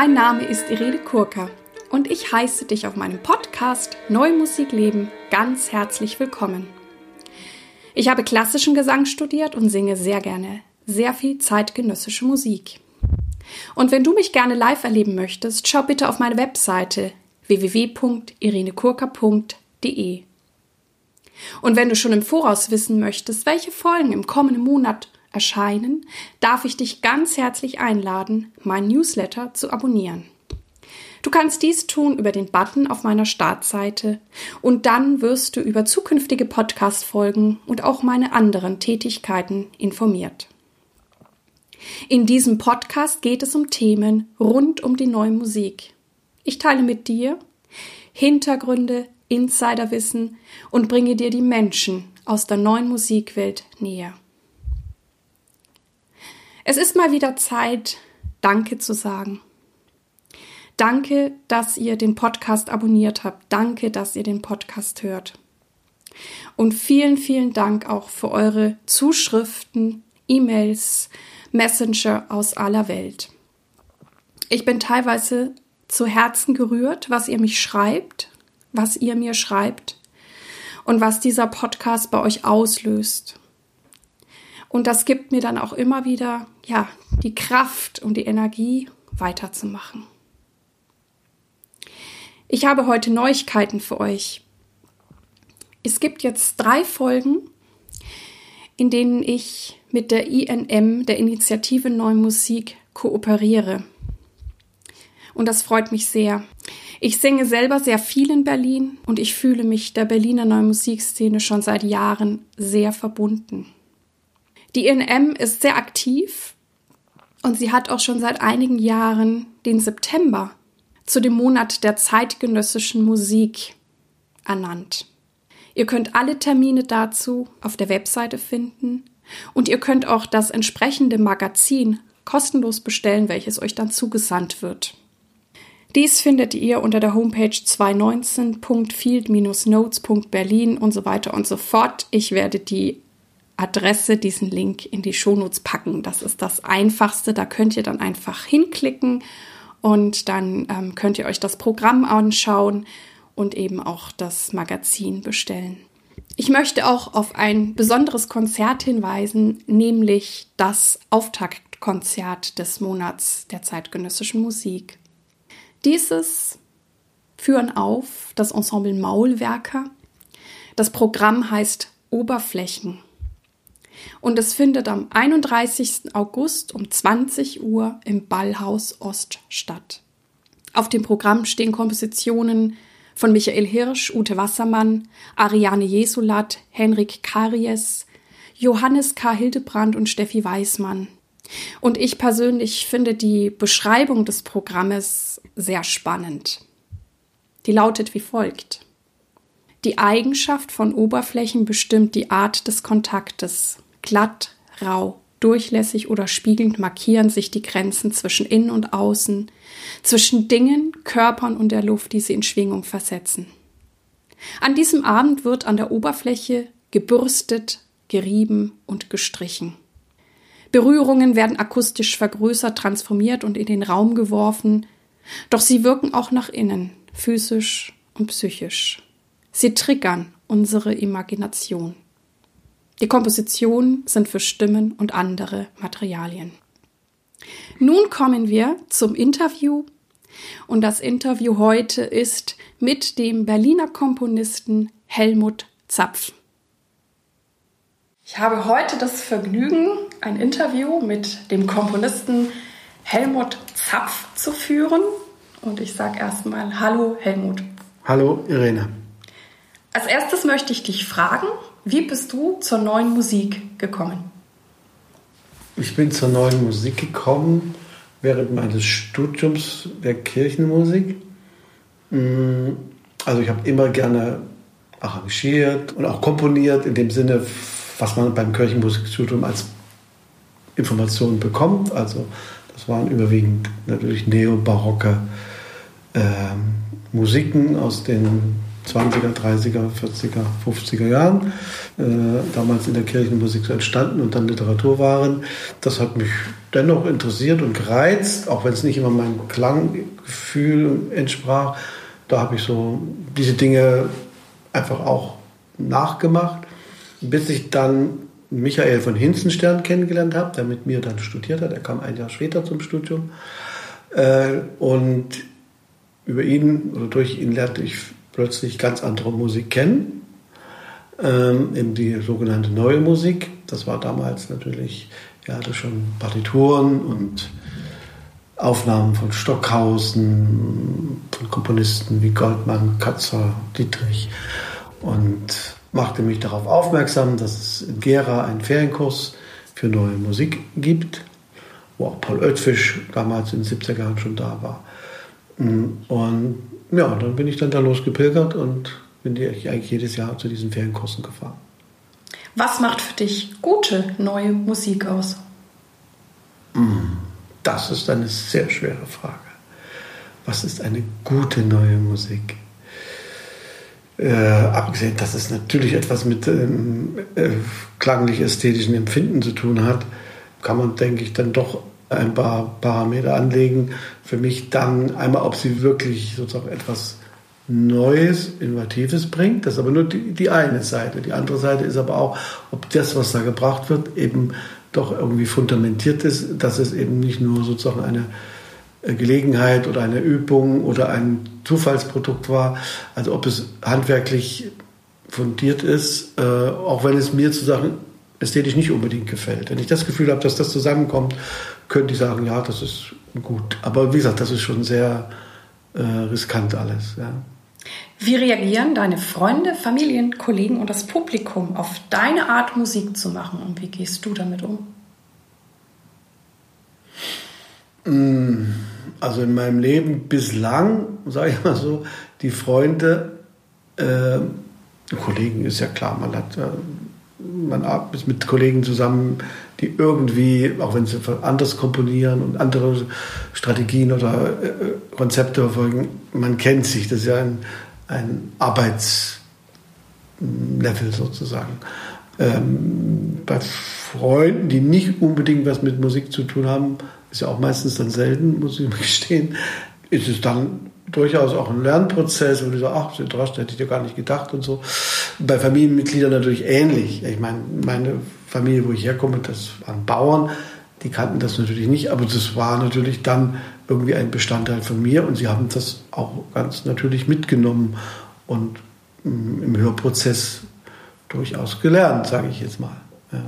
Mein Name ist Irene Kurka und ich heiße dich auf meinem Podcast Neue Musik leben ganz herzlich willkommen. Ich habe klassischen Gesang studiert und singe sehr gerne sehr viel zeitgenössische Musik. Und wenn du mich gerne live erleben möchtest, schau bitte auf meine Webseite www.irenekurka.de. Und wenn du schon im Voraus wissen möchtest, welche Folgen im kommenden Monat erscheinen, darf ich dich ganz herzlich einladen, mein Newsletter zu abonnieren. Du kannst dies tun über den Button auf meiner Startseite und dann wirst du über zukünftige Podcast-Folgen und auch meine anderen Tätigkeiten informiert. In diesem Podcast geht es um Themen rund um die neue Musik. Ich teile mit dir Hintergründe, Insiderwissen und bringe dir die Menschen aus der neuen Musikwelt näher. Es ist mal wieder Zeit, Danke zu sagen. Danke, dass ihr den Podcast abonniert habt. Danke, dass ihr den Podcast hört. Und vielen, vielen Dank auch für eure Zuschriften, E-Mails, Messenger aus aller Welt. Ich bin teilweise zu Herzen gerührt, was ihr mir schreibt und was dieser Podcast bei euch auslöst. Und das gibt mir dann auch immer wieder, die Kraft und die Energie, weiterzumachen. Ich habe heute Neuigkeiten für euch. Es gibt jetzt 3 Folgen, in denen ich mit der INM, der Initiative Neue Musik, kooperiere. Und das freut mich sehr. Ich singe selber sehr viel in Berlin und ich fühle mich der Berliner Neue Musikszene schon seit Jahren sehr verbunden. Die INM ist sehr aktiv und sie hat auch schon seit einigen Jahren den September zu dem Monat der zeitgenössischen Musik ernannt. Ihr könnt alle Termine dazu auf der Webseite finden und ihr könnt auch das entsprechende Magazin kostenlos bestellen, welches euch dann zugesandt wird. Dies findet ihr unter der Homepage 219.field-notes.berlin und so weiter und so fort. Ich werde die Adresse, diesen Link in die Shownotes packen. Das ist das Einfachste. Da könnt ihr dann einfach hinklicken und dann könnt ihr euch das Programm anschauen und eben auch das Magazin bestellen. Ich möchte auch auf ein besonderes Konzert hinweisen, nämlich das Auftaktkonzert des Monats der zeitgenössischen Musik. Dieses führen auf das Ensemble Maulwerker. Das Programm heißt Oberflächen. Und es findet am 31. August um 20 Uhr im Ballhaus Ost statt. Auf dem Programm stehen Kompositionen von Michael Hirsch, Ute Wassermann, Ariane Jesulat, Henrik Karies, Johannes K. Hildebrand und Steffi Weismann. Und ich persönlich finde die Beschreibung des Programmes sehr spannend. Die lautet wie folgt: Die Eigenschaft von Oberflächen bestimmt die Art des Kontaktes. Glatt, rau, durchlässig oder spiegelnd markieren sich die Grenzen zwischen Innen und Außen, zwischen Dingen, Körpern und der Luft, die sie in Schwingung versetzen. An diesem Abend wird an der Oberfläche gebürstet, gerieben und gestrichen. Berührungen werden akustisch vergrößert, transformiert und in den Raum geworfen, doch sie wirken auch nach innen, physisch und psychisch. Sie triggern unsere Imagination. Die Kompositionen sind für Stimmen und andere Materialien. Nun kommen wir zum Interview und das Interview heute ist mit dem Berliner Komponisten Helmut Zapf. Ich habe heute das Vergnügen, ein Interview mit dem Komponisten Helmut Zapf zu führen und ich sage erstmal Hallo Helmut. Hallo Irene. Als erstes möchte ich dich fragen, wie bist du zur neuen Musik gekommen? Ich bin zur neuen Musik gekommen während meines Studiums der Kirchenmusik. Also ich habe immer gerne arrangiert und auch komponiert, in dem Sinne, was man beim Kirchenmusikstudium als Informationen bekommt. Also das waren überwiegend natürlich neobarocke Musiken aus den 20er, 30er, 40er, 50er Jahren, damals in der Kirchenmusik so entstanden und dann Literatur waren. Das hat mich dennoch interessiert und gereizt, auch wenn es nicht immer meinem Klanggefühl entsprach. Da habe ich so diese Dinge einfach auch nachgemacht, bis ich dann Michael von Hinzenstern kennengelernt habe, der mit mir dann studiert hat. Er kam ein Jahr später zum Studium. Und über ihn oder durch ihn lernte ich plötzlich ganz andere Musik kennen. Eben die sogenannte Neue Musik. Das war damals natürlich, er hatte schon Partituren und Aufnahmen von Stockhausen, von Komponisten wie Goldmann, Katzer, Dietrich und machte mich darauf aufmerksam, dass es in Gera einen Ferienkurs für neue Musik gibt, wo auch Paul Oetfisch damals in den 70er Jahren schon da war. Und ja, dann bin ich dann da losgepilgert und bin eigentlich jedes Jahr zu diesen Ferienkursen gefahren. Was macht für dich gute neue Musik aus? Das ist eine sehr schwere Frage. Was ist eine gute neue Musik? Abgesehen, dass es natürlich etwas mit klanglich-ästhetischen Empfinden zu tun hat, kann man, denke ich, dann doch ein paar Parameter anlegen. Für mich dann einmal, ob sie wirklich sozusagen etwas Neues, Innovatives bringt. Das ist aber nur die eine Seite. Die andere Seite ist aber auch, ob das, was da gebracht wird, eben doch irgendwie fundamentiert ist, dass es eben nicht nur sozusagen eine Gelegenheit oder eine Übung oder ein Zufallsprodukt war. Also ob es handwerklich fundiert ist, auch wenn es mir sozusagen ästhetisch nicht unbedingt gefällt. Wenn ich das Gefühl habe, dass das zusammenkommt, könnte ich sagen, ja, das ist gut. Aber wie gesagt, das ist schon sehr riskant alles. Ja. Wie reagieren deine Freunde, Familien, Kollegen und das Publikum auf deine Art, Musik zu machen? Und wie gehst du damit um? Also in meinem Leben bislang, sage ich mal so, die Freunde, Kollegen ist ja klar, man arbeitet mit Kollegen zusammen, die irgendwie, auch wenn sie anders komponieren und andere Strategien oder Konzepte verfolgen, man kennt sich, das ist ja ein Arbeitslevel sozusagen. Bei Freunden, die nicht unbedingt was mit Musik zu tun haben, ist ja auch meistens dann selten, muss ich gestehen, ist es dann durchaus auch ein Lernprozess, wo du sagst, ach, sind rasch, hätte ich dir gar nicht gedacht und so. Bei Familienmitgliedern natürlich ähnlich. Ich meine Familie, wo ich herkomme, das waren Bauern, die kannten das natürlich nicht, aber das war natürlich dann irgendwie ein Bestandteil von mir und sie haben das auch ganz natürlich mitgenommen und im Hörprozess durchaus gelernt, sage ich jetzt mal.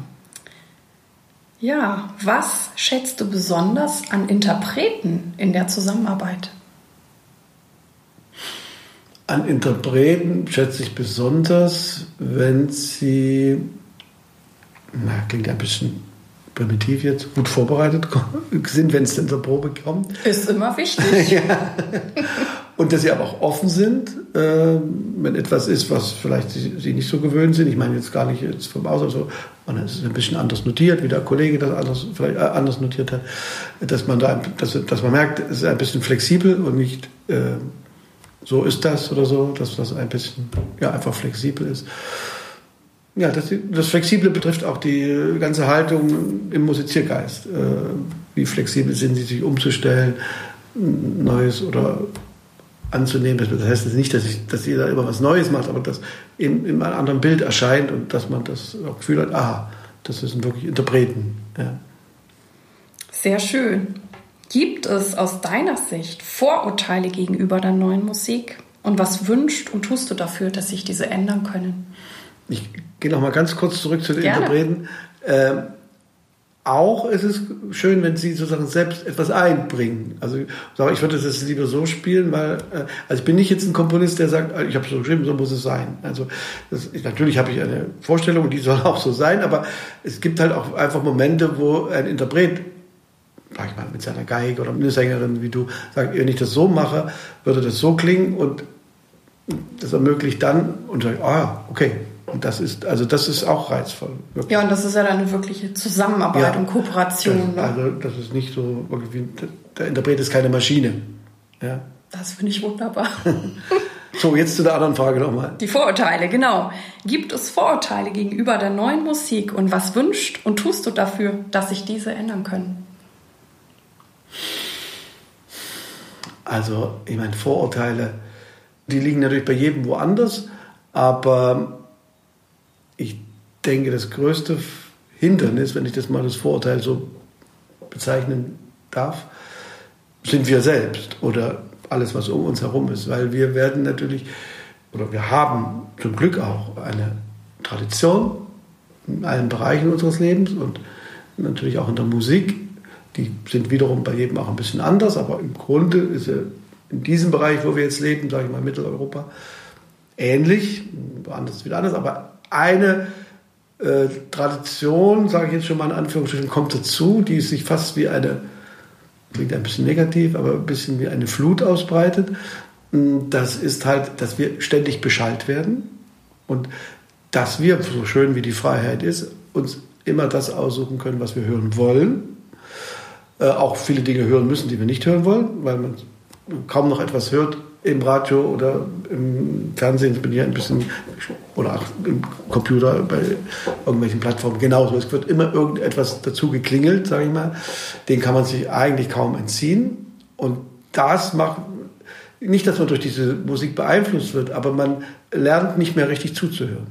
Ja, was schätzt du besonders an Interpreten in der Zusammenarbeit? An Interpreten schätze ich besonders, wenn sie, klingt ein bisschen primitiv jetzt, gut vorbereitet sind, wenn es denn zur Probe kommt. Ist immer wichtig. Ja. Und dass sie aber auch offen sind, wenn etwas ist, was vielleicht sie nicht so gewöhnt sind. Ich meine jetzt gar nicht jetzt vom Ausland so, und es ist ein bisschen anders notiert, wie der Kollege das vielleicht anders notiert hat, dass man merkt, es ist ein bisschen flexibel und nicht so ist das oder so, dass das ein bisschen einfach flexibel ist. Ja, das Flexible betrifft auch die ganze Haltung im Musiziergeist. Wie flexibel sind sie, sich umzustellen, Neues oder anzunehmen. Das heißt jetzt nicht, dass jeder immer was Neues macht, aber dass in einem anderen Bild erscheint und dass man das Gefühl hat, aha, das sind wirklich Interpreten. Ja. Sehr schön. Gibt es aus deiner Sicht Vorurteile gegenüber der neuen Musik? Und was wünschst und tust du dafür, dass sich diese ändern können? Ich gehe noch mal ganz kurz zurück zu den Interpreten. Auch ist es schön, wenn sie sozusagen selbst etwas einbringen. Also ich würde das lieber so spielen, weil also ich bin nicht jetzt ein Komponist, der sagt, ich habe so geschrieben, so muss es sein. Also natürlich habe ich eine Vorstellung und die soll auch so sein, aber es gibt halt auch einfach Momente, wo ein Interpret, sag ich mal, mit seiner Geige oder eine Sängerin wie du, sagt, wenn ich das so mache, würde das so klingen und das ermöglicht dann und sagt, okay. Und das ist auch reizvoll. Wirklich. Ja, und das ist ja dann eine wirkliche Zusammenarbeit und Kooperation. Also das ist nicht so, irgendwie, der Interpret ist keine Maschine. Ja. Das finde ich wunderbar. So, jetzt zu der anderen Frage nochmal. Die Vorurteile, genau. Gibt es Vorurteile gegenüber der neuen Musik und was wünscht und tust du dafür, dass sich diese ändern können? Also, ich meine, Vorurteile, die liegen natürlich bei jedem woanders, aber ich denke, das größte Hindernis, wenn ich das mal das Vorurteil so bezeichnen darf, sind wir selbst oder alles, was um uns herum ist. Weil wir werden natürlich, oder wir haben zum Glück auch eine Tradition in allen Bereichen unseres Lebens und natürlich auch in der Musik. Die sind wiederum bei jedem auch ein bisschen anders, aber im Grunde ist in diesem Bereich, wo wir jetzt leben, sage ich mal Mitteleuropa, ähnlich, woanders wieder anders, aber eine Tradition, sage ich jetzt schon mal in Anführungsstrichen, kommt dazu, die sich fast wie eine, klingt ein bisschen negativ, aber ein bisschen wie eine Flut ausbreitet. Das ist halt, dass wir ständig beschallt werden und dass wir, so schön wie die Freiheit ist, uns immer das aussuchen können, was wir hören wollen. Auch viele Dinge hören müssen, die wir nicht hören wollen, weil man kaum noch etwas hört im Radio oder im Fernsehen. Ich bin hier ein bisschen, oder auch im Computer bei irgendwelchen Plattformen genauso. Es wird immer irgendetwas dazu geklingelt, sage ich mal. Den kann man sich eigentlich kaum entziehen. Und das macht nicht, dass man durch diese Musik beeinflusst wird, aber man lernt nicht mehr richtig zuzuhören.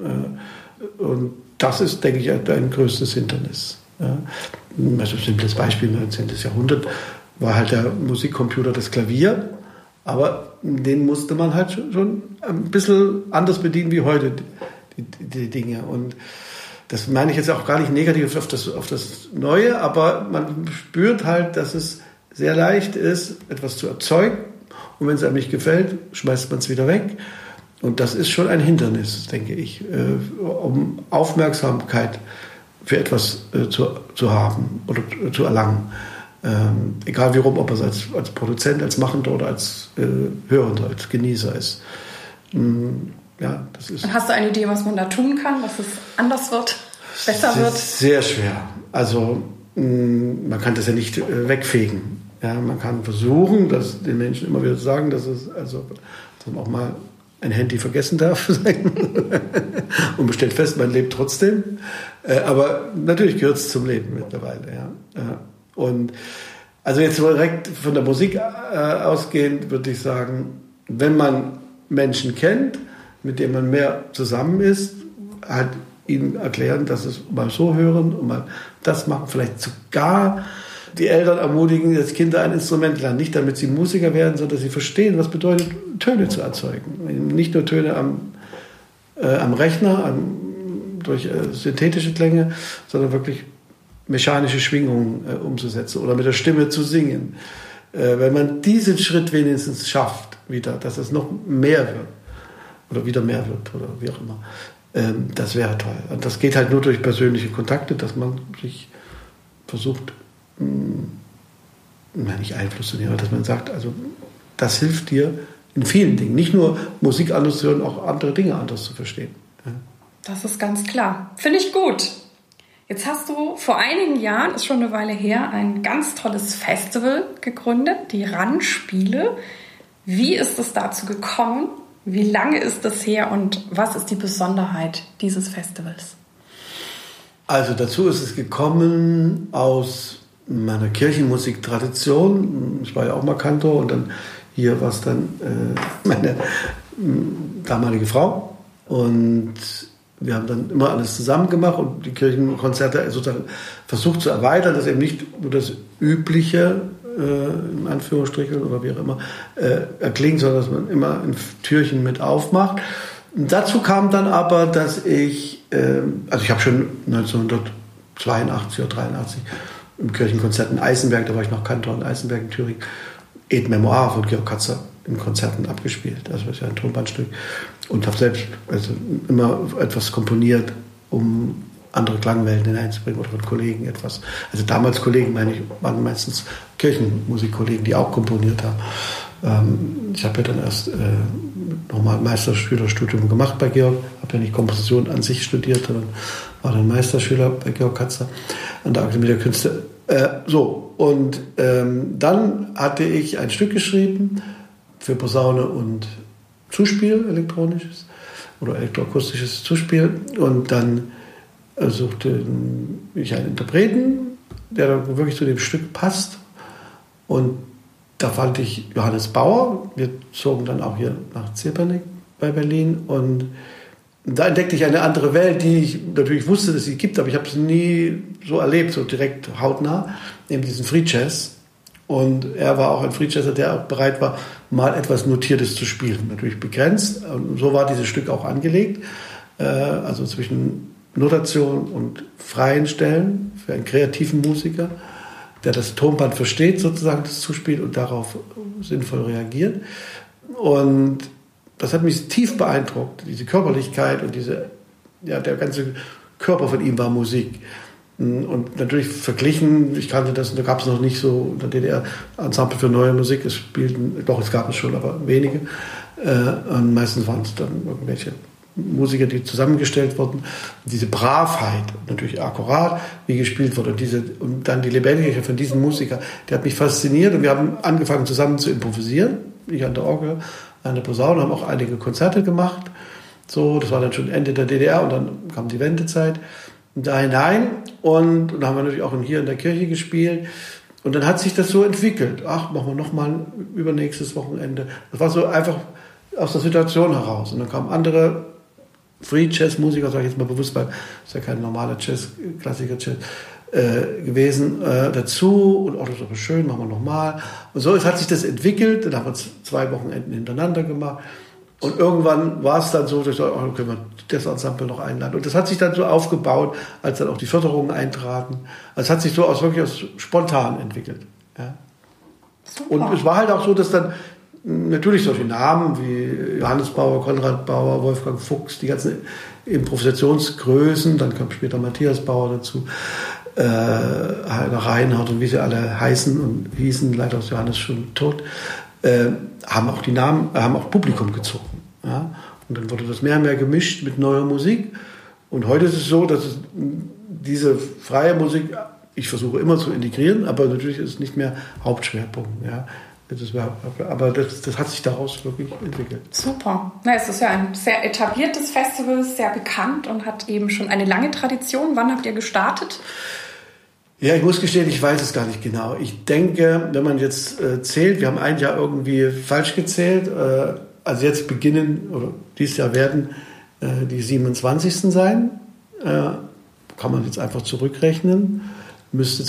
Und das ist, denke ich, ein größtes Hindernis. Also ein simples Beispiel im 19. Jahrhundert war halt der Musikcomputer das Klavier, aber den musste man halt schon ein bisschen anders bedienen wie heute, die Dinge. Und das meine ich jetzt auch gar nicht negativ auf das Neue, aber man spürt halt, dass es sehr leicht ist, etwas zu erzeugen. Und wenn es einem nicht gefällt, schmeißt man es wieder weg. Und das ist schon ein Hindernis, denke ich, um Aufmerksamkeit für etwas zu haben oder zu erlangen. Egal wie rum, ob es als Produzent, als Machender oder als Hörender, als Genießer ist. Ja, das ist. Und hast du eine Idee, was man da tun kann, dass es anders wird, besser wird? Sehr schwer. Also man kann das ja nicht wegfegen. Ja, man kann versuchen, das den Menschen immer wieder zu sagen, dass man auch mal ein Handy vergessen darf und man stellt fest, man lebt trotzdem. Aber natürlich gehört es zum Leben mittlerweile. Ja. Und also jetzt direkt von der Musik ausgehend würde ich sagen, wenn man Menschen kennt, mit denen man mehr zusammen ist, halt ihnen erklären, dass es mal so hören und mal das machen, vielleicht sogar die Eltern ermutigen, dass Kinder ein Instrument lernen, nicht damit sie Musiker werden, sondern dass sie verstehen, was bedeutet, Töne zu erzeugen. Nicht nur Töne am Rechner, durch synthetische Klänge, sondern wirklich mechanische Schwingungen umzusetzen oder mit der Stimme zu singen. Wenn man diesen Schritt wenigstens schafft, wieder, dass es noch mehr wird oder wieder mehr wird oder wie auch immer, das wäre toll. Und das geht halt nur durch persönliche Kontakte, dass man sich versucht, nicht Einfluss zu nehmen, aber dass man sagt, also das hilft dir in vielen Dingen, nicht nur Musik anders zu hören, auch andere Dinge anders zu verstehen. Ja. Das ist ganz klar. Finde ich gut. Jetzt hast du vor einigen Jahren, ist schon eine Weile her, ein ganz tolles Festival gegründet, die RAN-Spiele. Wie ist es dazu gekommen? Wie lange ist das her und was ist die Besonderheit dieses Festivals? Also dazu ist es gekommen aus meiner Kirchenmusiktradition. Ich war ja auch mal Kantor und dann hier war es dann meine damalige Frau. Und wir haben dann immer alles zusammen gemacht und die Kirchenkonzerte sozusagen versucht zu erweitern, dass eben nicht nur das Übliche, in Anführungsstrichen oder wie auch immer, erklingt, sondern dass man immer ein Türchen mit aufmacht. Und dazu kam dann aber, dass ich habe schon 1982 oder 83 im Kirchenkonzert in Eisenberg, da war ich noch Kantor in Eisenberg in Thüringen, Et Memoire von Georg Katzer in Konzerten abgespielt. Also das ist ja ein Tonbandstück. Und habe selbst immer etwas komponiert, um andere Klangwelten hineinzubringen oder von Kollegen etwas. Also damals Kollegen, meine ich, waren meistens Kirchenmusikkollegen, die auch komponiert haben. Ich habe ja dann erst nochmal ein Meisterschülerstudium gemacht bei Georg, habe ja nicht Komposition an sich studiert, sondern war dann Meisterschüler bei Georg Katzer an der Akademie der Künste. Dann hatte ich ein Stück geschrieben für Posaune und Zuspiel, elektronisches oder elektroakustisches Zuspiel. Und dann suchte ich einen Interpreten, der dann wirklich zu dem Stück passt. Und da fand ich Johannes Bauer. Wir zogen dann auch hier nach Zirpernik bei Berlin. Und da entdeckte ich eine andere Welt, die ich natürlich wusste, dass sie gibt, aber ich habe es nie so erlebt, so direkt hautnah, eben diesen Free Jazz. Und er war auch ein Free Jazzer, der auch bereit war, mal etwas Notiertes zu spielen. Natürlich begrenzt. Und so war dieses Stück auch angelegt. Also zwischen Notation und freien Stellen für einen kreativen Musiker, der das Tonband versteht, sozusagen das Zuspiel und darauf sinnvoll reagiert. Und das hat mich tief beeindruckt, diese Körperlichkeit und der ganze Körper von ihm war Musik. Und natürlich verglichen, ich kannte das, da gab es noch nicht so in der DDR Ensemble für neue Musik, es gab es schon, aber wenige. Und meistens waren es dann irgendwelche Musiker, die zusammengestellt wurden. Diese Bravheit, natürlich akkurat, wie gespielt wurde, und dann die Lebendigkeit von diesem Musiker, der hat mich fasziniert und wir haben angefangen zusammen zu improvisieren. Ich an der Orgel, an der Posaune, haben auch einige Konzerte gemacht. So, das war dann schon Ende der DDR und dann kam die Wendezeit. Da hinein und da haben wir natürlich auch hier in der Kirche gespielt und dann hat sich das so entwickelt. Ach, machen wir nochmal übernächstes Wochenende. Das war so einfach aus der Situation heraus und dann kamen andere Free-Jazz-Musiker, sage ich jetzt mal bewusst, weil es ja kein normaler Klassiker-Jazz gewesen, dazu und auch das ist aber schön, machen wir nochmal. Und so hat sich das entwickelt, dann haben wir 2 Wochenenden hintereinander gemacht. Und irgendwann war es dann so, dass ich dachte, können wir das Ensemble noch einladen. Und das hat sich dann so aufgebaut, als dann auch die Förderungen eintraten. Also es hat sich so wirklich spontan entwickelt. Ja. Und es war halt auch so, dass dann natürlich solche Namen wie Johannes Bauer, Konrad Bauer, Wolfgang Fuchs, die ganzen Improvisationsgrößen, dann kam später Matthias Bauer dazu, Heiner Reinhardt und wie sie alle heißen und hießen, leider ist Johannes schon tot, haben auch die Namen, haben auch Publikum gezogen. Ja? Und dann wurde das mehr und mehr gemischt mit neuer Musik. Und heute ist es so, dass diese freie Musik, ich versuche immer zu integrieren, aber natürlich ist es nicht mehr Hauptschwerpunkt. Ja? Aber das hat sich daraus wirklich entwickelt. Super. Na, es ist ja ein sehr etabliertes Festival, sehr bekannt und hat eben schon eine lange Tradition. Wann habt ihr gestartet? Ja, ich muss gestehen, ich weiß es gar nicht genau. Ich denke, wenn man jetzt zählt, wir haben ein Jahr irgendwie falsch gezählt. Also jetzt beginnen, oder dieses Jahr werden die 27. sein. Kann man jetzt einfach zurückrechnen. Müsste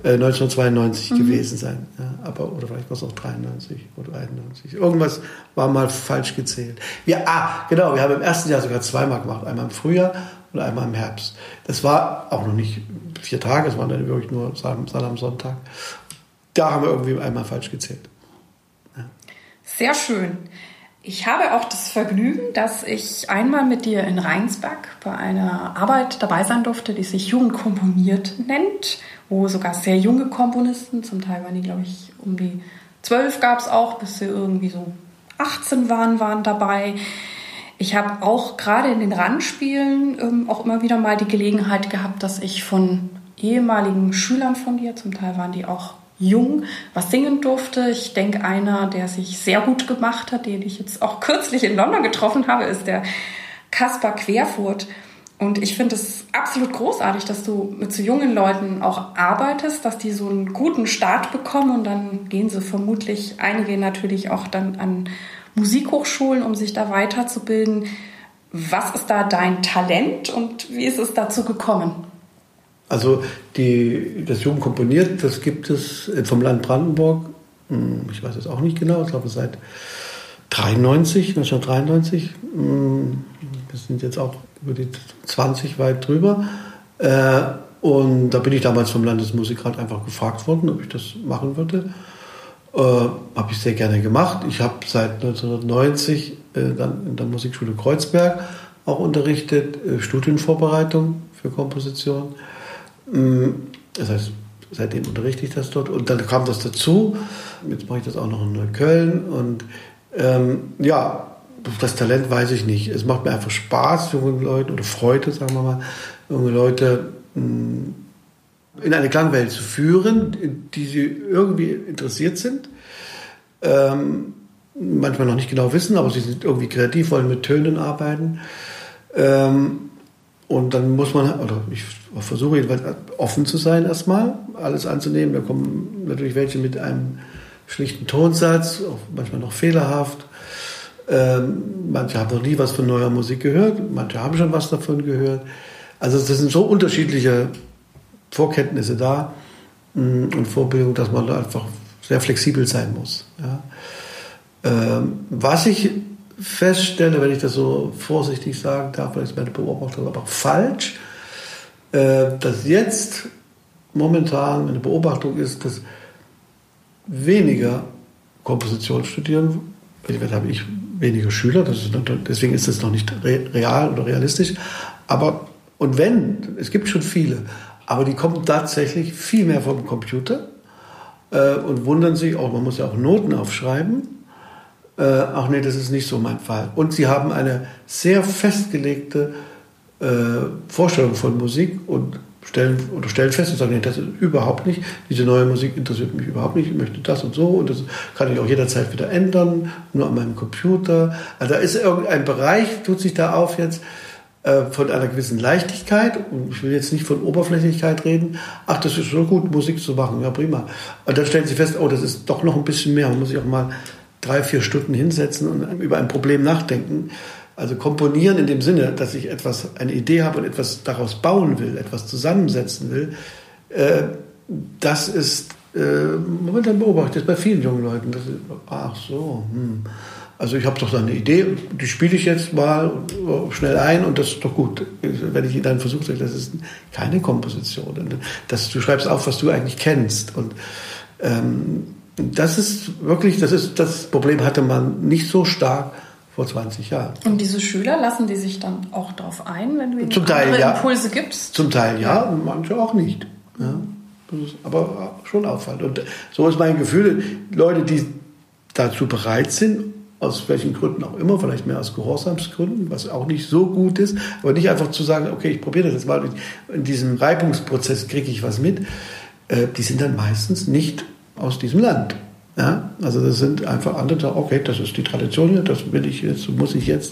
1992 gewesen sein. Ja, oder vielleicht war es auch 93 oder 91. Irgendwas war mal falsch gezählt. Genau, wir haben im ersten Jahr sogar 2-mal gemacht. Einmal im Frühjahr und einmal im Herbst. Das war auch noch nicht 4 Tage, es waren dann wirklich nur Samstag am Sonntag. Da haben wir irgendwie einmal falsch gezählt. Ja. Sehr schön. Ich habe auch das Vergnügen, dass ich einmal mit dir in Rheinsberg bei einer Arbeit dabei sein durfte, die sich Jugend komponiert nennt, wo sogar sehr junge Komponisten, zum Teil waren die, glaube ich, um die 12 gab es auch, bis sie irgendwie so 18 waren dabei. Ich habe auch gerade in den Randspielen auch immer wieder mal die Gelegenheit gehabt, dass ich von ehemaligen Schülern von dir, zum Teil waren die auch jung, was singen durfte. Ich denke, einer, der sich sehr gut gemacht hat, den ich jetzt auch kürzlich in London getroffen habe, ist der Kaspar Querfurt. Und ich finde es absolut großartig, dass du mit so jungen Leuten auch arbeitest, dass die so einen guten Start bekommen und dann gehen sie vermutlich, einige natürlich auch dann an Musikhochschulen, um sich da weiterzubilden. Was ist da dein Talent und wie ist es dazu gekommen? Also das Jugend komponiert, das gibt es vom Land Brandenburg, ich weiß es auch nicht genau, ich glaube seit 1993. Wir sind jetzt auch über die 20 weit drüber. Und da bin ich damals vom Landesmusikrat einfach gefragt worden, ob ich das machen würde. Habe ich sehr gerne gemacht. Ich habe seit 1990 dann in der Musikschule Kreuzberg auch unterrichtet, Studienvorbereitung für Komposition. Das heißt, seitdem unterrichte ich das dort. Und dann kam das dazu. Jetzt mache ich das auch noch in Neukölln. Und das Talent weiß ich nicht. Es macht mir einfach Spaß, junge Leute, oder Freude, sagen wir mal, junge Leute in eine Klangwelt zu führen, in die sie irgendwie interessiert sind. manchmal noch nicht genau wissen, aber sie sind irgendwie kreativ, wollen mit Tönen arbeiten. Und dann muss man, oder ich versuche jedenfalls offen zu sein erstmal, alles anzunehmen. Da kommen natürlich welche mit einem schlichten Tonsatz, auch manchmal noch fehlerhaft. Manche haben noch nie was von neuer Musik gehört, manche haben schon was davon gehört. Also das sind so unterschiedliche Vorkenntnisse da und Vorbildung, dass man da einfach sehr flexibel sein muss. Ja. Was ich feststelle, wenn ich das so vorsichtig sagen darf, weil ich meine Beobachtung aber falsch, dass jetzt momentan eine Beobachtung ist, dass weniger Komposition studieren, habe ich weniger Schüler, deswegen ist das noch nicht real oder realistisch, aber und wenn, es gibt schon viele, aber die kommen tatsächlich viel mehr vom Computer und wundern sich, auch man muss ja auch Noten aufschreiben. Ach nee, das ist nicht so mein Fall. Und sie haben eine sehr festgelegte Vorstellung von Musik und stellen fest und sagen, nee, das ist überhaupt nicht, diese neue Musik interessiert mich überhaupt nicht, ich möchte das und so und das kann ich auch jederzeit wieder ändern, nur an meinem Computer. Also da ist irgendein Bereich, tut sich da auf jetzt, von einer gewissen Leichtigkeit, und ich will jetzt nicht von Oberflächlichkeit reden, ach, das ist so gut, Musik zu machen, ja prima. Und dann stellen sie fest, oh, das ist doch noch ein bisschen mehr, man muss sich auch mal 3-4 Stunden hinsetzen und über ein Problem nachdenken. Also komponieren in dem Sinne, dass ich eine Idee habe und etwas daraus bauen will, etwas zusammensetzen will, das ist momentan beobachtet bei vielen jungen Leuten. Ach so, Also ich habe doch da eine Idee, die spiele ich jetzt mal schnell ein und das ist doch gut. Wenn ich dann versuche, das ist keine Komposition. Du schreibst auf, was du eigentlich kennst. Und das ist wirklich, das Problem hatte man nicht so stark vor 20 Jahren. Und diese Schüler, lassen die sich dann auch darauf ein, wenn du ihnen Impulse gibst? Zum Teil ja, und manche auch nicht. Ja, das ist aber schon auffallend. Und so ist mein Gefühl, Leute, die dazu bereit sind, aus welchen Gründen auch immer, vielleicht mehr aus Gehorsamsgründen, was auch nicht so gut ist, aber nicht einfach zu sagen, okay, ich probiere das jetzt mal, in diesem Reibungsprozess kriege ich was mit, die sind dann meistens nicht aus diesem Land. Ja? Also das sind einfach andere, die sagen, okay, das ist die Tradition hier, das will ich jetzt, muss ich jetzt.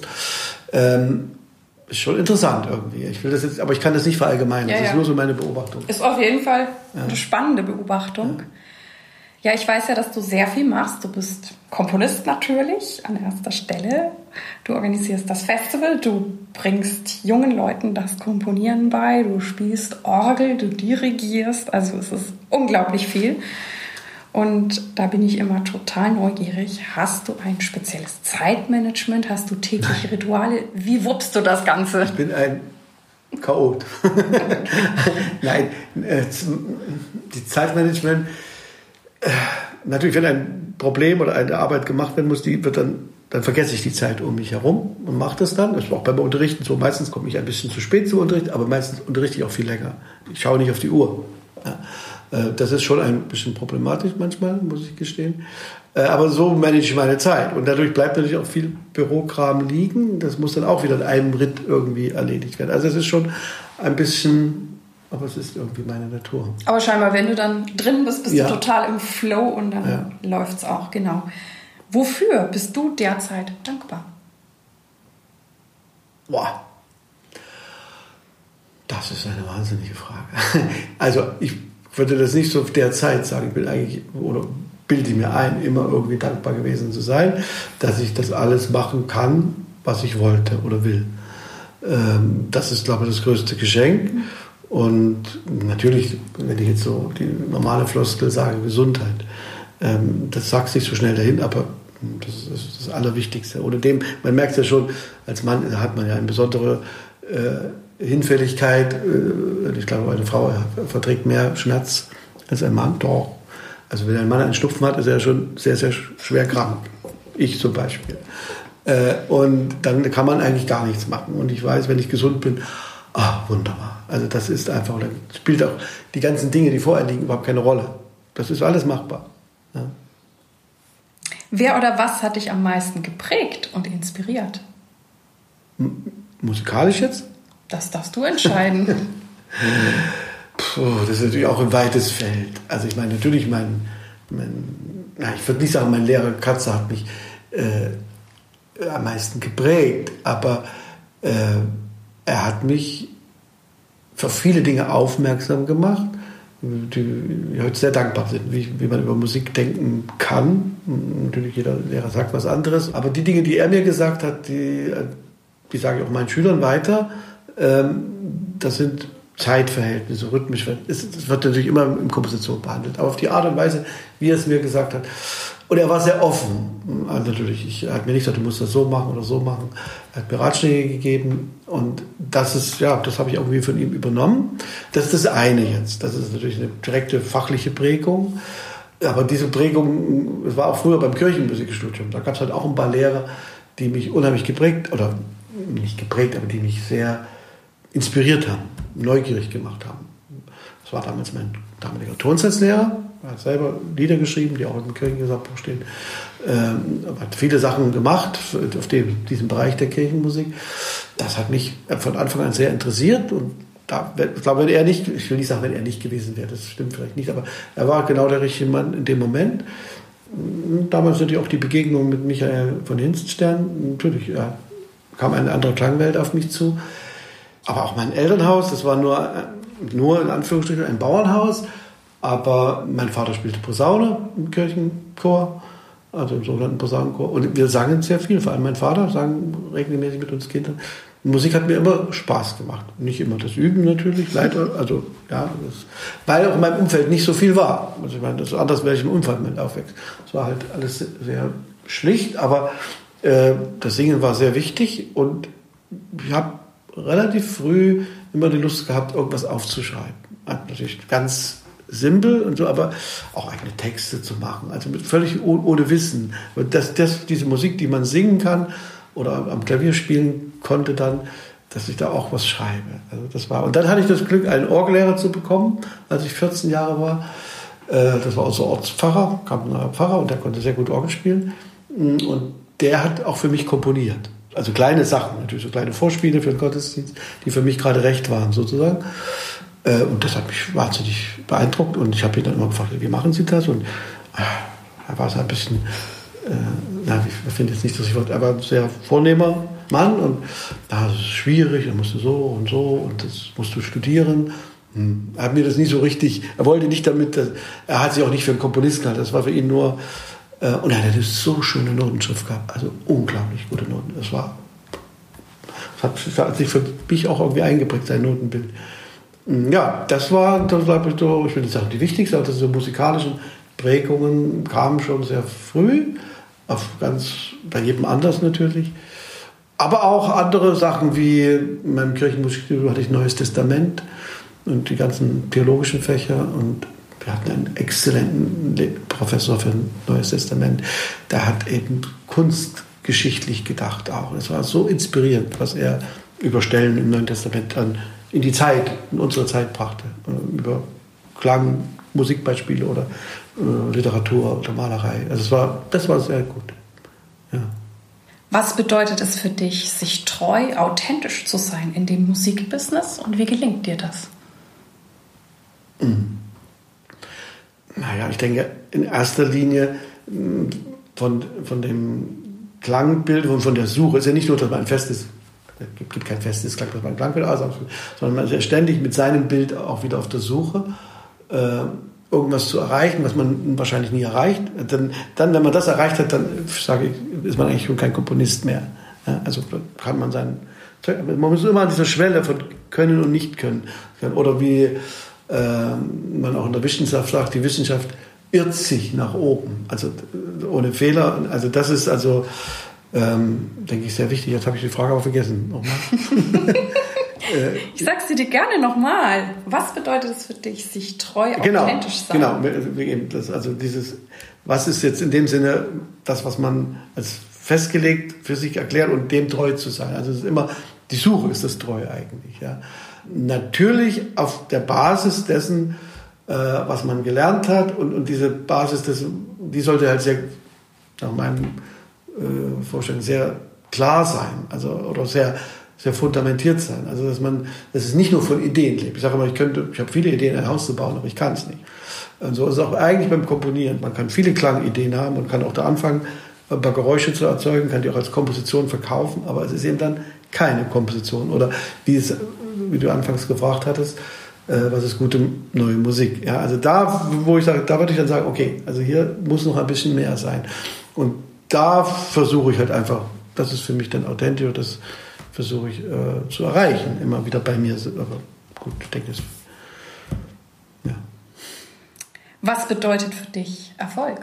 Ist schon interessant irgendwie. Ich will das jetzt, aber ich kann das nicht verallgemeinern. Das ist nur so meine Beobachtung. Ist auf jeden Fall eine spannende Beobachtung. Ja, ich weiß ja, dass du sehr viel machst. Du bist Komponist natürlich an erster Stelle. Du organisierst das Festival, du bringst jungen Leuten das Komponieren bei, du spielst Orgel, du dirigierst. Also es ist unglaublich viel. Und da bin ich immer total neugierig. Hast du ein spezielles Zeitmanagement? Hast du tägliche Rituale? Wie wuppst du das Ganze? Ich bin ein Chaot. Nein, die Zeitmanagement, natürlich, wenn ein Problem oder eine Arbeit gemacht werden muss, dann vergesse ich die Zeit um mich herum und mache das dann. Das ist auch beim Unterrichten so. Meistens komme ich ein bisschen zu spät zum Unterricht, aber meistens unterrichte ich auch viel länger. Ich schaue nicht auf die Uhr. Ja. Das ist schon ein bisschen problematisch manchmal, muss ich gestehen. Aber so manage ich meine Zeit. Und dadurch bleibt natürlich auch viel Bürokram liegen. Das muss dann auch wieder in einem Ritt irgendwie erledigt werden. Also es ist schon ein bisschen, aber es ist irgendwie meine Natur. Aber scheinbar, wenn du dann drin bist, bist du total im Flow und dann läuft es auch, genau. Wofür bist du derzeit dankbar? Boah. Das ist eine wahnsinnige Frage. Also ich würde das nicht so derzeit sagen. Ich bin eigentlich, oder bilde mir ein, immer irgendwie dankbar gewesen zu sein, dass ich das alles machen kann, was ich wollte oder will. Das ist, glaube ich, das größte Geschenk. Und natürlich, wenn ich jetzt so die normale Floskel sage, Gesundheit, das sagt sich so schnell dahin, aber das ist das Allerwichtigste. Oder man merkt es ja schon, als Mann hat man ja eine besondere Hinfälligkeit. Ich glaube, eine Frau verträgt mehr Schmerz als ein Mann. Doch. Also wenn ein Mann einen Schnupfen hat, ist er schon sehr, sehr schwer krank. Ich zum Beispiel. Und dann kann man eigentlich gar nichts machen. Und ich weiß, wenn ich gesund bin, wunderbar. Also das ist einfach, dann spielt auch die ganzen Dinge, die vorher liegen, überhaupt keine Rolle. Das ist alles machbar. Ja. Wer oder was hat dich am meisten geprägt und inspiriert? Musikalisch jetzt? Das darfst du entscheiden. Das ist natürlich auch ein weites Feld. Also ich meine, natürlich ich würde nicht sagen, mein Lehrer Katze hat mich am meisten geprägt. Aber er hat mich für viele Dinge aufmerksam gemacht, die heute sehr dankbar sind, wie man über Musik denken kann. Natürlich jeder Lehrer sagt was anderes, aber die Dinge, die er mir gesagt hat, die sage ich auch meinen Schülern weiter, das sind Zeitverhältnisse, rhythmisch. Es wird natürlich immer in Komposition behandelt, aber auf die Art und Weise, wie er es mir gesagt hat. Und er war sehr offen. Also natürlich, er hat mir nicht gesagt, du musst das so machen oder so machen. Er hat mir Ratschläge gegeben und das habe ich irgendwie von ihm übernommen. Das ist das eine jetzt. Das ist natürlich eine direkte fachliche Prägung. Aber diese Prägung, es war auch früher beim Kirchenmusikstudium. Da gab es halt auch ein paar Lehrer, die mich unheimlich geprägt, oder nicht geprägt, aber die mich sehr inspiriert haben, neugierig gemacht haben. Das war damals mein damaliger Tonsatzlehrer. Er hat selber Lieder geschrieben, die auch im Kirchengesangbuch stehen. Hat viele Sachen gemacht auf diesem Bereich der Kirchenmusik. Das hat mich von Anfang an sehr interessiert. Und ich glaube, wenn er nicht, ich will nicht sagen, wenn er nicht gewesen wäre, das stimmt vielleicht nicht, aber er war genau der richtige Mann in dem Moment. Damals natürlich auch die Begegnung mit Michael von Hinststern. Natürlich kam eine andere Klangwelt auf mich zu. Aber auch mein Elternhaus, das war nur in Anführungsstrichen ein Bauernhaus. Aber mein Vater spielte Posaune im Kirchenchor, also im sogenannten Posaunenchor. Und wir sangen sehr viel, vor allem mein Vater sang regelmäßig mit uns Kindern. Musik hat mir immer Spaß gemacht. Nicht immer das Üben natürlich, leider. Also, ja, weil auch in meinem Umfeld nicht so viel war. Also ich meine, das ist anders, welchem Umfeld man aufwächst. Es war halt alles sehr schlicht, aber das Singen war sehr wichtig und ich habe relativ früh immer die Lust gehabt, irgendwas aufzuschreiben. Natürlich ganz simpel und so, aber auch eigene Texte zu machen, also völlig ohne Wissen. Diese Musik, die man singen kann oder am Klavier spielen konnte dann, dass ich da auch was schreibe. Also das war. Und dann hatte ich das Glück, einen Orgellehrer zu bekommen, als ich 14 Jahre war. Das war unser Ortspfarrer, kam ein neuer Pfarrer und der konnte sehr gut Orgel spielen. Und der hat auch für mich komponiert. Also kleine Sachen, natürlich so kleine Vorspiele für den Gottesdienst, die für mich gerade recht waren sozusagen. Und das hat mich wahnsinnig beeindruckt und ich habe ihn dann immer gefragt, wie machen Sie das? Und er war so ein bisschen, ich finde jetzt nicht das Wort, er war ein sehr vornehmer Mann und das ist schwierig, er musste so und das musst du studieren. Er hat mir das nicht so richtig, er wollte nicht damit, er hat sich auch nicht für einen Komponist gehalten, das war für ihn nur, und er hat eine so schöne Notenschrift gehabt, also unglaublich gute Noten. Das hat sich für mich auch irgendwie eingeprägt, sein Notenbild. Ja, das war, glaube ich, so, ich will nicht sagen die wichtigste, aber diese musikalischen Prägungen kamen schon sehr früh, bei jedem anders natürlich. Aber auch andere Sachen wie in meinem Kirchenmusikstudium hatte ich Neues Testament und die ganzen theologischen Fächer und wir hatten einen exzellenten Professor für Neues Testament, der hat eben kunstgeschichtlich gedacht auch. Es war so inspirierend, was er über Stellen im Neuen Testament dann in unsere Zeit brachte. Über Klang, Musikbeispiele oder Literatur oder Malerei. Also das war sehr gut. Ja. Was bedeutet es für dich, sich treu, authentisch zu sein in dem Musikbusiness und wie gelingt dir das? Naja, ich denke in erster Linie von dem Klangbild und von der Suche. Es ist ja nicht nur, dass man es gibt kein festes Klang, dass man ein Klangbild aussucht, sondern man ist ja ständig mit seinem Bild auch wieder auf der Suche, irgendwas zu erreichen, was man wahrscheinlich nie erreicht. Dann, wenn man das erreicht hat, dann ist man eigentlich schon kein Komponist mehr. Ja, also kann man man muss immer an dieser Schwelle von Können und Nicht-Können. Oder wie man auch in der Wissenschaft sagt, die Wissenschaft irrt sich nach oben, also ohne Fehler. Also das ist denke ich, sehr wichtig. Jetzt habe ich die Frage aber vergessen. Ich sage es dir gerne nochmal. Was bedeutet es für dich, sich treu, authentisch sein? Genau. Was ist jetzt in dem Sinne das, was man als festgelegt für sich erklärt und dem treu zu sein? Also es ist immer, die Suche ist das Treu eigentlich. Ja. Natürlich auf der Basis dessen, was man gelernt hat und diese Basis, die sollte halt sehr, nach meinem Vorstellung, sehr klar sein, also oder sehr, sehr fundamentiert sein. Also dass es nicht nur von Ideen lebt. Ich sage immer, ich habe viele Ideen, ein Haus zu bauen, aber ich kann es nicht. Und so ist es auch eigentlich beim Komponieren. Man kann viele Klangideen haben und kann auch da anfangen, ein paar Geräusche zu erzeugen, kann die auch als Komposition verkaufen, aber es ist eben dann keine Komposition. Oder wie du anfangs gefragt hattest, was ist gute neue Musik? Ja, also da würde ich dann sagen, okay, also hier muss noch ein bisschen mehr sein. Und da versuche ich halt einfach, das ist für mich dann authentisch, das versuche ich zu erreichen, immer wieder bei mir. Aber gut, ich denke, das, ja. Was bedeutet für dich Erfolg?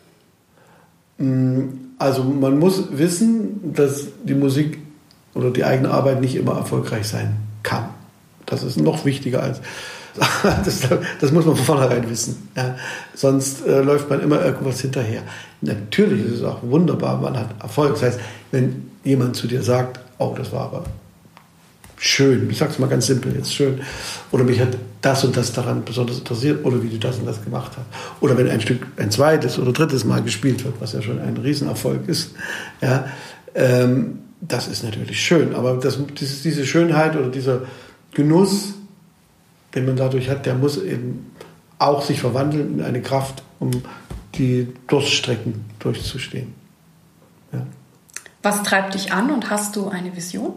Also man muss wissen, dass die Musik oder die eigene Arbeit nicht immer erfolgreich sein kann. Das ist noch wichtiger als... Das muss man von vornherein wissen. Ja. Sonst läuft man immer irgendwas hinterher. Natürlich ist es auch wunderbar, man hat Erfolg. Das heißt, wenn jemand zu dir sagt, oh, das war aber schön, ich sage es mal ganz simpel, jetzt schön, oder mich hat das und das daran besonders interessiert, oder wie du das und das gemacht hast. Oder wenn ein Stück ein zweites oder drittes Mal gespielt wird, was ja schon ein Riesenerfolg ist, ja, das ist natürlich schön. Aber diese Schönheit oder dieser Genuss, den man dadurch hat, der muss eben auch sich verwandeln in eine Kraft, um die Durststrecken durchzustehen. Ja. Was treibt dich an und hast du eine Vision?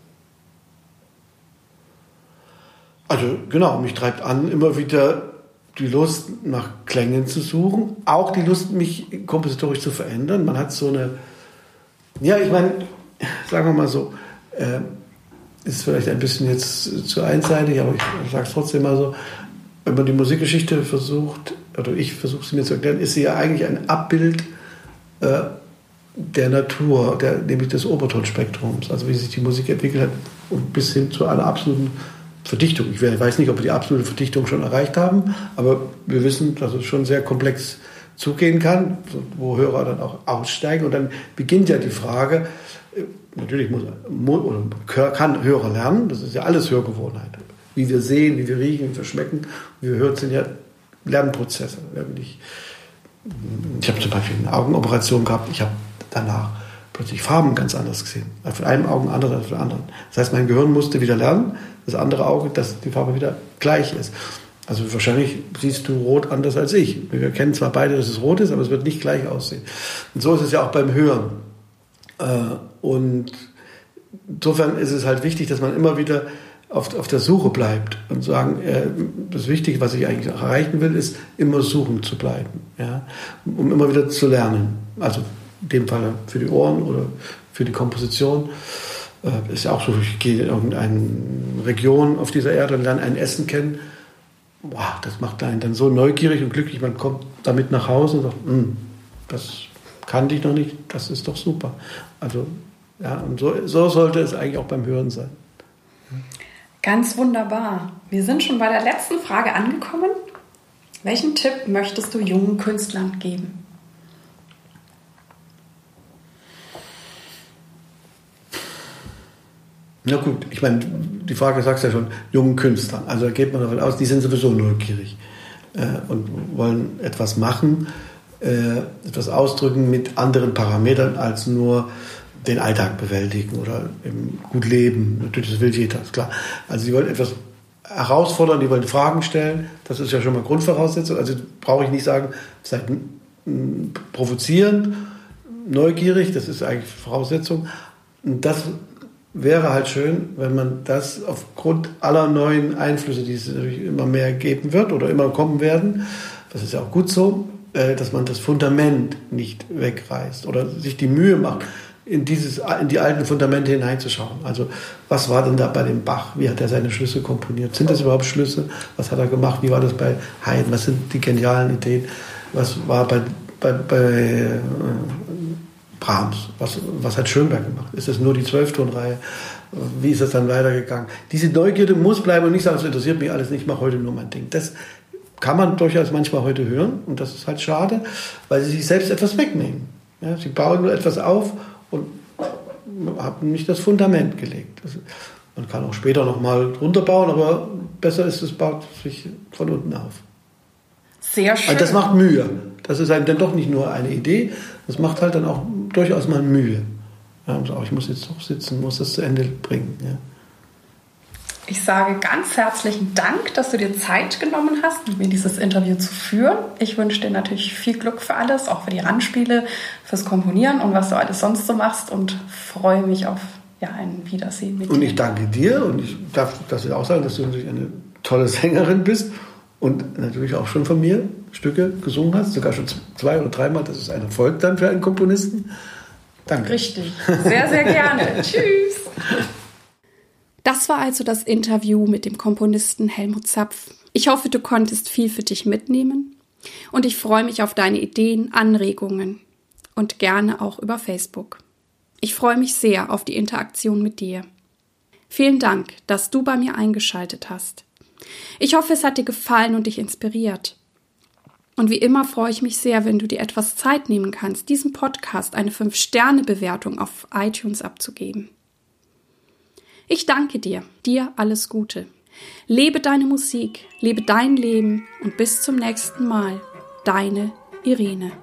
Also genau, mich treibt an, immer wieder die Lust nach Klängen zu suchen, auch die Lust, mich kompositorisch zu verändern. Man hat so eine, ja, ich meine, sagen wir mal so, ist vielleicht ein bisschen jetzt zu einseitig, aber ich sage es trotzdem mal so, wenn man die Musikgeschichte versucht, oder ich versuche sie mir zu erklären, ist sie ja eigentlich ein Abbild der Natur, nämlich des Obertonspektrums, also wie sich die Musik entwickelt hat und bis hin zu einer absoluten Verdichtung. Ich weiß nicht, ob wir die absolute Verdichtung schon erreicht haben, aber wir wissen, dass es schon sehr komplex zugehen kann, wo Hörer dann auch aussteigen. Und dann beginnt ja die Frage, natürlich kann Hörer lernen, das ist ja alles Hörgewohnheit. Wie wir sehen, wie wir riechen, wie wir schmecken, wie wir hören, sind ja Lernprozesse. Ich habe zum Beispiel eine Augenoperation gehabt, ich habe danach plötzlich Farben ganz anders gesehen. Von einem Auge anders als von dem anderen. Das heißt, mein Gehirn musste wieder lernen, das andere Auge, dass die Farbe wieder gleich ist. Also wahrscheinlich siehst du Rot anders als ich. Wir kennen zwar beide, dass es rot ist, aber es wird nicht gleich aussehen. Und so ist es ja auch beim Hören. Und insofern ist es halt wichtig, dass man immer wieder auf der Suche bleibt und sagen, das Wichtige, was ich eigentlich erreichen will, ist immer suchen zu bleiben, ja? Um immer wieder zu lernen. Also in dem Fall für die Ohren oder für die Komposition. Ist ja auch so, ich gehe in irgendeine Region auf dieser Erde und lerne ein Essen kennen. Wow, das macht einen dann so neugierig und glücklich, man kommt damit nach Hause und sagt, das kannte ich noch nicht, das ist doch super. Also, ja, und so sollte es eigentlich auch beim Hören sein. Ganz wunderbar. Wir sind schon bei der letzten Frage angekommen. Welchen Tipp möchtest du jungen Künstlern geben? Na gut, ich meine, die Frage sagst ja schon, jungen Künstlern. Also da geht man davon aus, die sind sowieso neugierig und wollen etwas machen, etwas ausdrücken mit anderen Parametern als nur den Alltag bewältigen oder gut leben. Natürlich, das will jeder, ist klar. Also sie wollen etwas herausfordern, die wollen Fragen stellen. Das ist ja schon mal Grundvoraussetzung. Also brauche ich nicht sagen, seid provozierend, neugierig, das ist eigentlich Voraussetzung. Und das wäre halt schön, wenn man das aufgrund aller neuen Einflüsse, die es natürlich immer mehr geben wird oder immer kommen werden, das ist ja auch gut so, dass man das Fundament nicht wegreißt oder sich die Mühe macht, in die alten Fundamente hineinzuschauen. Also was war denn da bei dem Bach? Wie hat er seine Schlüsse komponiert? Sind das überhaupt Schlüsse? Was hat er gemacht? Wie war das bei Haydn? Was sind die genialen Ideen? Was war bei Brahms? Was hat Schönberg gemacht? Ist es nur die 12-Tonreihe? Wie ist das dann weitergegangen? Diese Neugierde muss bleiben und nicht sagen, das interessiert mich alles nicht, ich mache heute nur mein Ding. Das kann man durchaus manchmal heute hören und das ist halt schade, weil sie sich selbst etwas wegnehmen. Ja, sie bauen nur etwas auf und haben nicht das Fundament gelegt. Man kann auch später nochmal drunter bauen, aber besser ist, es baut sich von unten auf. Sehr schön. Also das macht Mühe. Das ist dann doch nicht nur eine Idee, das macht halt dann auch durchaus mal Mühe. Ja, und auch, ich muss jetzt doch sitzen, muss das zu Ende bringen. Ja. Ich sage ganz herzlichen Dank, dass du dir Zeit genommen hast, mit mir dieses Interview zu führen. Ich wünsche dir natürlich viel Glück für alles, auch für die Randspiele, fürs Komponieren und was du alles sonst so machst und freue mich auf ein Wiedersehen mit dir. Und ich danke dir und ich darf das auch sagen, dass du natürlich eine tolle Sängerin bist und natürlich auch schon von mir Stücke gesungen hast, sogar schon 2 oder 3 Mal. Das ist ein Erfolg dann für einen Komponisten. Danke. Richtig, sehr, sehr gerne. Tschüss. Das war also das Interview mit dem Komponisten Helmut Zapf. Ich hoffe, du konntest viel für dich mitnehmen und ich freue mich auf deine Ideen, Anregungen und gerne auch über Facebook. Ich freue mich sehr auf die Interaktion mit dir. Vielen Dank, dass du bei mir eingeschaltet hast. Ich hoffe, es hat dir gefallen und dich inspiriert. Und wie immer freue ich mich sehr, wenn du dir etwas Zeit nehmen kannst, diesem Podcast eine 5-Sterne-Bewertung auf iTunes abzugeben. Ich danke dir alles Gute. Lebe deine Musik, lebe dein Leben und bis zum nächsten Mal. Deine Irene.